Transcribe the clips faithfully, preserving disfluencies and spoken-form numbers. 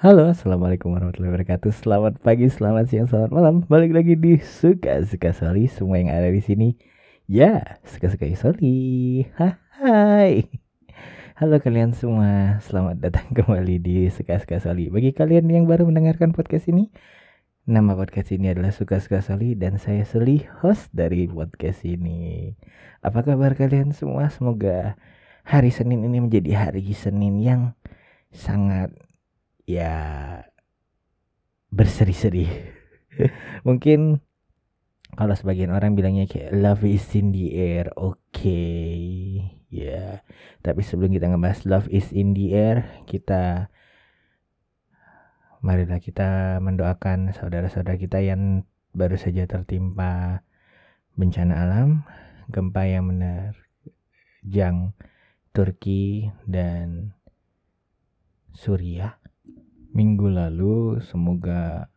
Halo, assalamualaikum warahmatullahi wabarakatuh. Selamat pagi, selamat siang, selamat malam. Balik lagi di Suka Suka Soli. Semua yang ada di sini, ya suka suka Soli. Hai, halo kalian semua. Selamat datang kembali di Suka Suka Soli. Bagi kalian yang baru mendengarkan podcast ini, nama podcast ini adalah Suka Suka Soli dan saya Soli, host dari podcast ini. Apa kabar kalian semua? Semoga hari Senin ini menjadi hari Senin yang sangat ya berseri-seri. Mungkin kalau sebagian orang bilangnya kayak love is in the air, oke, okay. Ya. Yeah. Tapi sebelum kita ngebahas love is in the air, kita marilah kita mendoakan saudara-saudara kita yang baru saja tertimpa bencana alam, gempa yang menerjang Turki dan Suriah minggu lalu. Semoga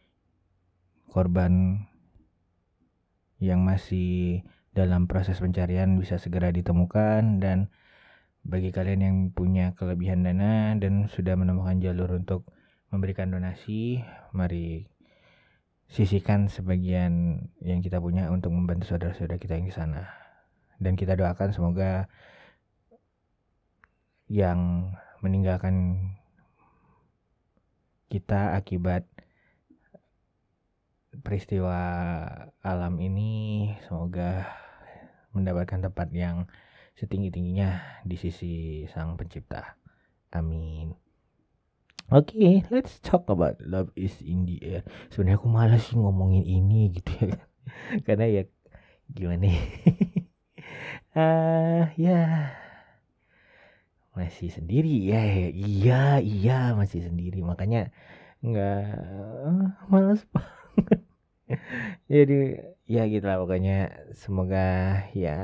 korban yang masih dalam proses pencarian bisa segera ditemukan, dan bagi kalian yang punya kelebihan dana dan sudah menemukan jalur untuk memberikan donasi, mari sisihkan sebagian yang kita punya untuk membantu saudara-saudara kita yang di sana. Dan kita doakan semoga yang meninggalkan kita akibat peristiwa alam ini semoga mendapatkan tempat yang setinggi-tingginya di sisi Sang Pencipta. Amin. Oke, okay, let's talk about love is in the air. Sebenarnya aku malas sih ngomongin ini gitu ya. Karena ya gimana nih? Ah, uh, ya masih sendiri ya. Iya, iya masih sendiri. Makanya nggak uh, malas banget. Jadi ya gitulah pokoknya. Semoga ya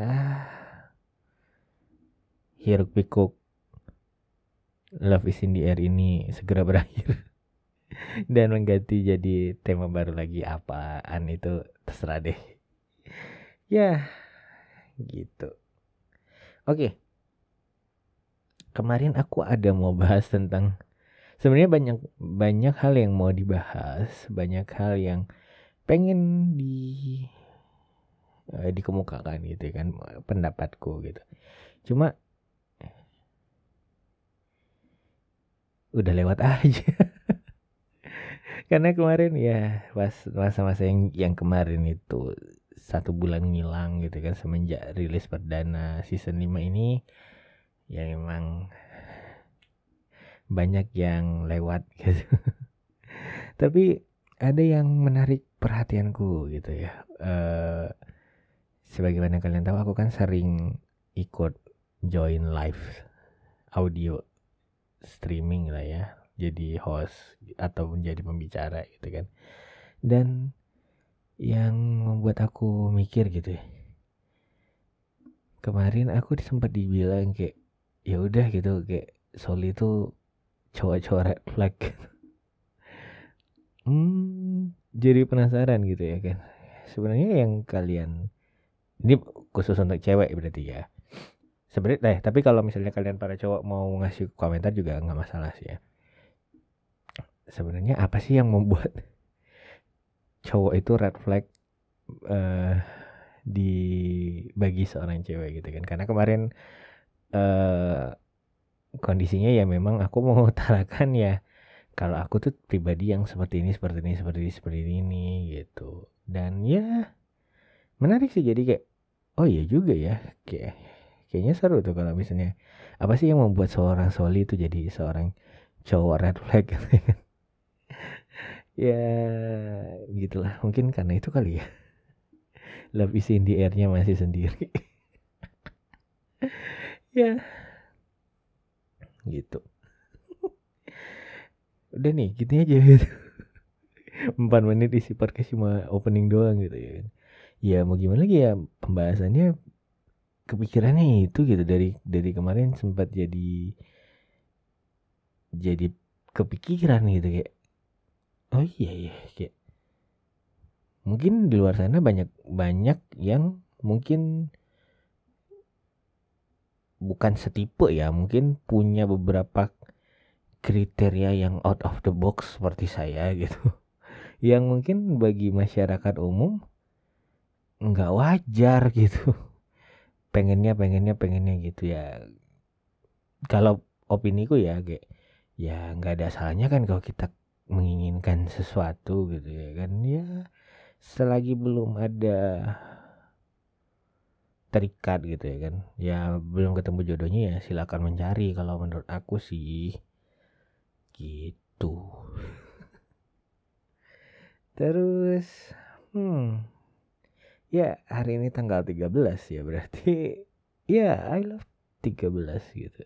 hiruk pikuk love is in the air ini segera berakhir dan mengganti jadi tema baru lagi. Apaan itu terserah deh. Ya gitu. Oke, kemarin aku ada mau bahas tentang, sebenarnya banyak banyak hal yang mau dibahas, banyak hal yang pengen di uh, dikemukakan gitu kan, pendapatku gitu. Cuma udah lewat aja. Karena kemarin ya pas masa-masa yang yang kemarin itu satu bulan ngilang gitu kan semenjak rilis perdana season lima ini, ya emang banyak yang lewat gitu. Tapi ada yang menarik perhatianku gitu ya. Uh, sebagaimana kalian tahu aku kan sering ikut join live audio streaming lah ya, jadi host atau menjadi pembicara gitu kan. Dan yang membuat aku mikir gitu ya, kemarin aku sempat dibilang kayak ya udah gitu, kayak Soli itu cowok-cowok red flag. Hmm, jadi penasaran gitu ya kan. Sebenarnya yang kalian, ini khusus untuk cewek berarti ya. Sebenarnya eh tapi kalau misalnya kalian para cowok mau ngasih komentar juga nggak masalah sih ya. Sebenarnya apa sih yang membuat cowok itu red flag uh, di bagi seorang cewek gitu kan? Karena kemarin uh, kondisinya ya memang aku mau utarakan ya, kalau aku tuh pribadi yang seperti ini, seperti ini, seperti ini, seperti ini gitu. Dan ya menarik sih, jadi kayak oh iya juga ya, kayak kayaknya seru tuh kalau misalnya apa sih yang membuat seorang Soli itu jadi seorang cowok red flag gitu kan. Ya gitulah, mungkin karena itu kali ya. Love is in the air-nya masih sendiri. Ya gitu. Udah nih gitu aja gitu. empat menit isi podcast cuma opening doang gitu ya. Ya mau gimana lagi ya, pembahasannya kepikirannya itu gitu, dari dari kemarin sempat jadi jadi kepikiran gitu kayak oh iya iya, kayak mungkin di luar sana banyak banyak yang mungkin bukan setipe ya, mungkin punya beberapa kriteria yang out of the box seperti saya gitu. Yang mungkin bagi masyarakat umum nggak wajar gitu. Pengennya pengennya pengennya gitu ya. Kalau opiniku ya kayak ya nggak ada salahnya kan kalau kita menginginkan sesuatu gitu ya kan, ya selagi belum ada terikat gitu ya kan, ya belum ketemu jodohnya ya silakan mencari kalau menurut aku sih gitu. Terus hmm ya hari ini tanggal tiga belas ya berarti ya I love tiga belas gitu.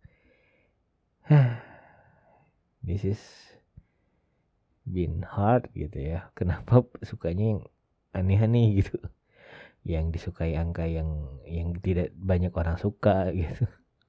This is been hard gitu ya. Kenapa sukanya yang aneh-aneh gitu, yang disukai angka yang yang tidak banyak orang suka gitu.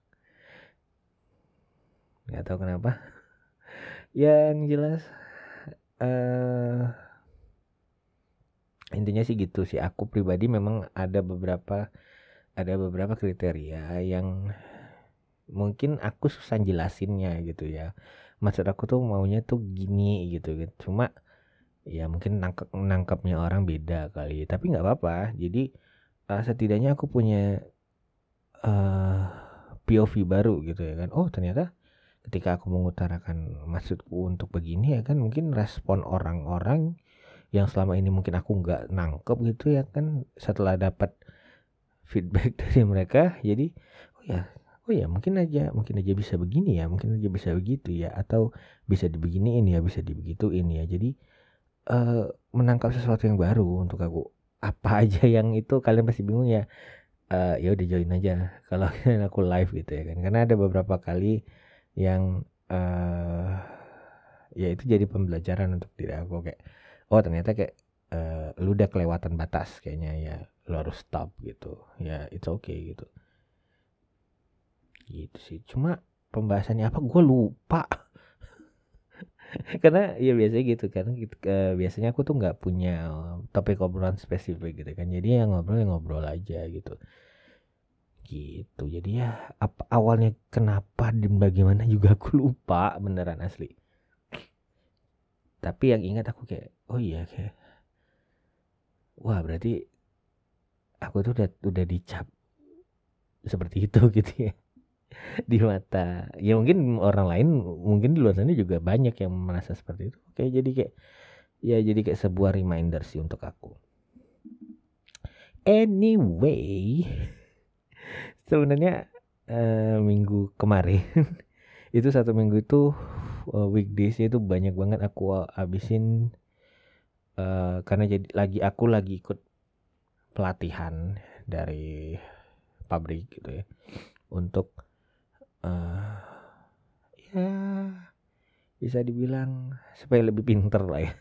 Nggak tahu kenapa. Yang jelas uh, intinya sih gitu sih. Aku pribadi memang ada beberapa ada beberapa kriteria yang mungkin aku susah jelasinnya gitu ya. Maksud aku tuh maunya tuh gini gitu gitu. Cuma ya mungkin nangkep nangkapnya orang beda kali. Tapi nggak apa-apa. Jadi uh, setidaknya aku punya uh, P O V baru gitu ya kan. Oh ternyata ketika aku mengutarakan maksudku untuk begini ya kan, mungkin respon orang-orang yang selama ini mungkin aku nggak nangkep gitu ya kan, setelah dapat feedback dari mereka jadi oh ya oh ya mungkin aja mungkin aja bisa begini ya, mungkin aja bisa begitu ya, atau bisa dibeginiin ya, bisa dibegituin ya. Jadi uh, menangkap sesuatu yang baru untuk aku. Apa aja yang itu kalian pasti bingung ya. Uh, ya udah join aja kalau aku live gitu ya kan, karena ada beberapa kali yang uh, ya itu jadi pembelajaran untuk diri aku kayak oh ternyata kayak uh, lu udah kelewatan batas kayaknya ya, lu harus stop gitu ya, it's okay gitu gitu sih. Cuma pembahasannya apa gue lupa. Karena ya biasanya gitu kan, gitu, uh, biasanya aku tuh nggak punya topik obrolan spesifik gitu kan, jadi ya ngobrol ya ngobrol aja gitu gitu. Jadi ya apa awalnya kenapa dan bagaimana juga aku lupa beneran asli. Tapi yang ingat aku kayak oh iya kayak wah berarti aku tuh udah udah dicap seperti itu gitu ya di mata ya mungkin orang lain, mungkin di luar sana juga banyak yang merasa seperti itu. Kayak jadi kayak ya jadi kayak sebuah reminder sih untuk aku. Anyway, sebenarnya uh, minggu kemarin itu satu minggu itu uh, weekdays itu banyak banget aku habisin uh, karena jadi lagi aku lagi ikut pelatihan dari pabrik gitu ya untuk uh, ya bisa dibilang supaya lebih pinter lah ya.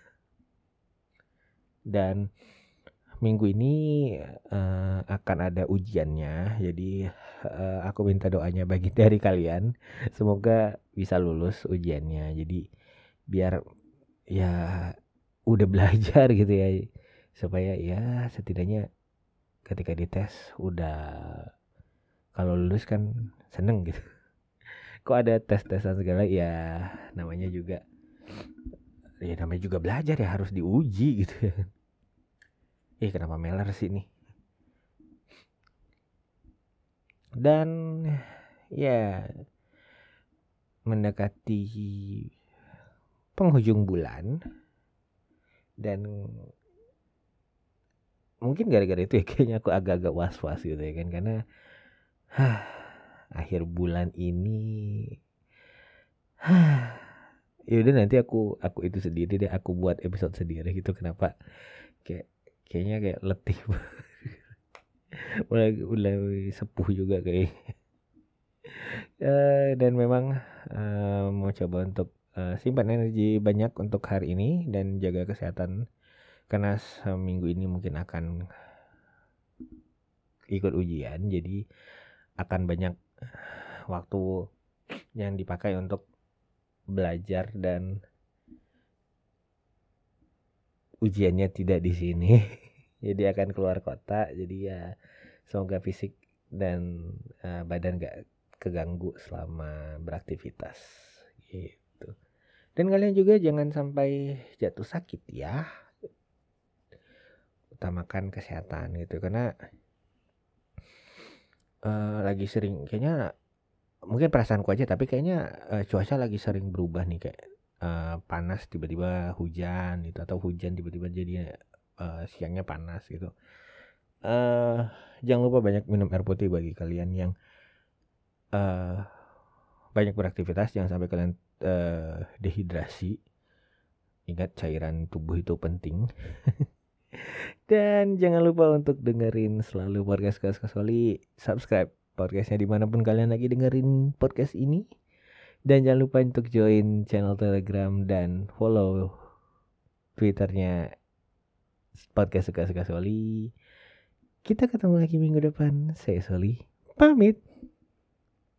Dan minggu ini uh, akan ada ujiannya, jadi uh, aku minta doanya bagi dari kalian semoga bisa lulus ujiannya. Jadi biar ya udah belajar gitu ya, supaya ya setidaknya ketika dites udah kalau lulus kan seneng gitu. Kok ada tes-tesan segala ya, namanya juga ya namanya juga belajar ya, harus diuji gitu ya. Eh kenapa meler sih nih. Dan ya mendekati penghujung bulan, dan mungkin gara-gara itu ya kayaknya aku agak-agak was-was gitu ya kan, karena hah, akhir bulan ini hah, yaudah nanti aku aku itu sendiri deh, aku buat episode sendiri gitu. Kenapa kayak kayaknya kayak letih mulai mulai sepuh juga kayak uh, dan memang uh, mau coba untuk uh, simpan energi banyak untuk hari ini dan jaga kesehatan, karena seminggu ini mungkin akan ikut ujian, jadi akan banyak waktu yang dipakai untuk belajar dan ujiannya tidak di sini. Jadi akan keluar kota, jadi ya semoga fisik dan uh, badan gak keganggu selama beraktivitas gitu. gitu. Dan kalian juga jangan sampai jatuh sakit ya. Utamakan kesehatan gitu, karena uh, lagi sering kayaknya, mungkin perasaanku aja, tapi kayaknya uh, cuaca lagi sering berubah nih, kayak uh, panas tiba-tiba hujan gitu, atau hujan tiba-tiba jadi uh, siangnya panas gitu. Uh, jangan lupa banyak minum air putih bagi kalian yang uh, banyak beraktivitas, jangan sampai kalian uh, dehidrasi. Ingat, cairan tubuh itu penting. Dan jangan lupa untuk dengerin selalu podcast Kasoli, subscribe podcastnya dimanapun kalian lagi dengerin podcast ini. Dan jangan lupa untuk join channel Telegram dan follow Twitternya podcast Suka Suka Soli. Kita ketemu lagi minggu depan. Saya Soli, pamit.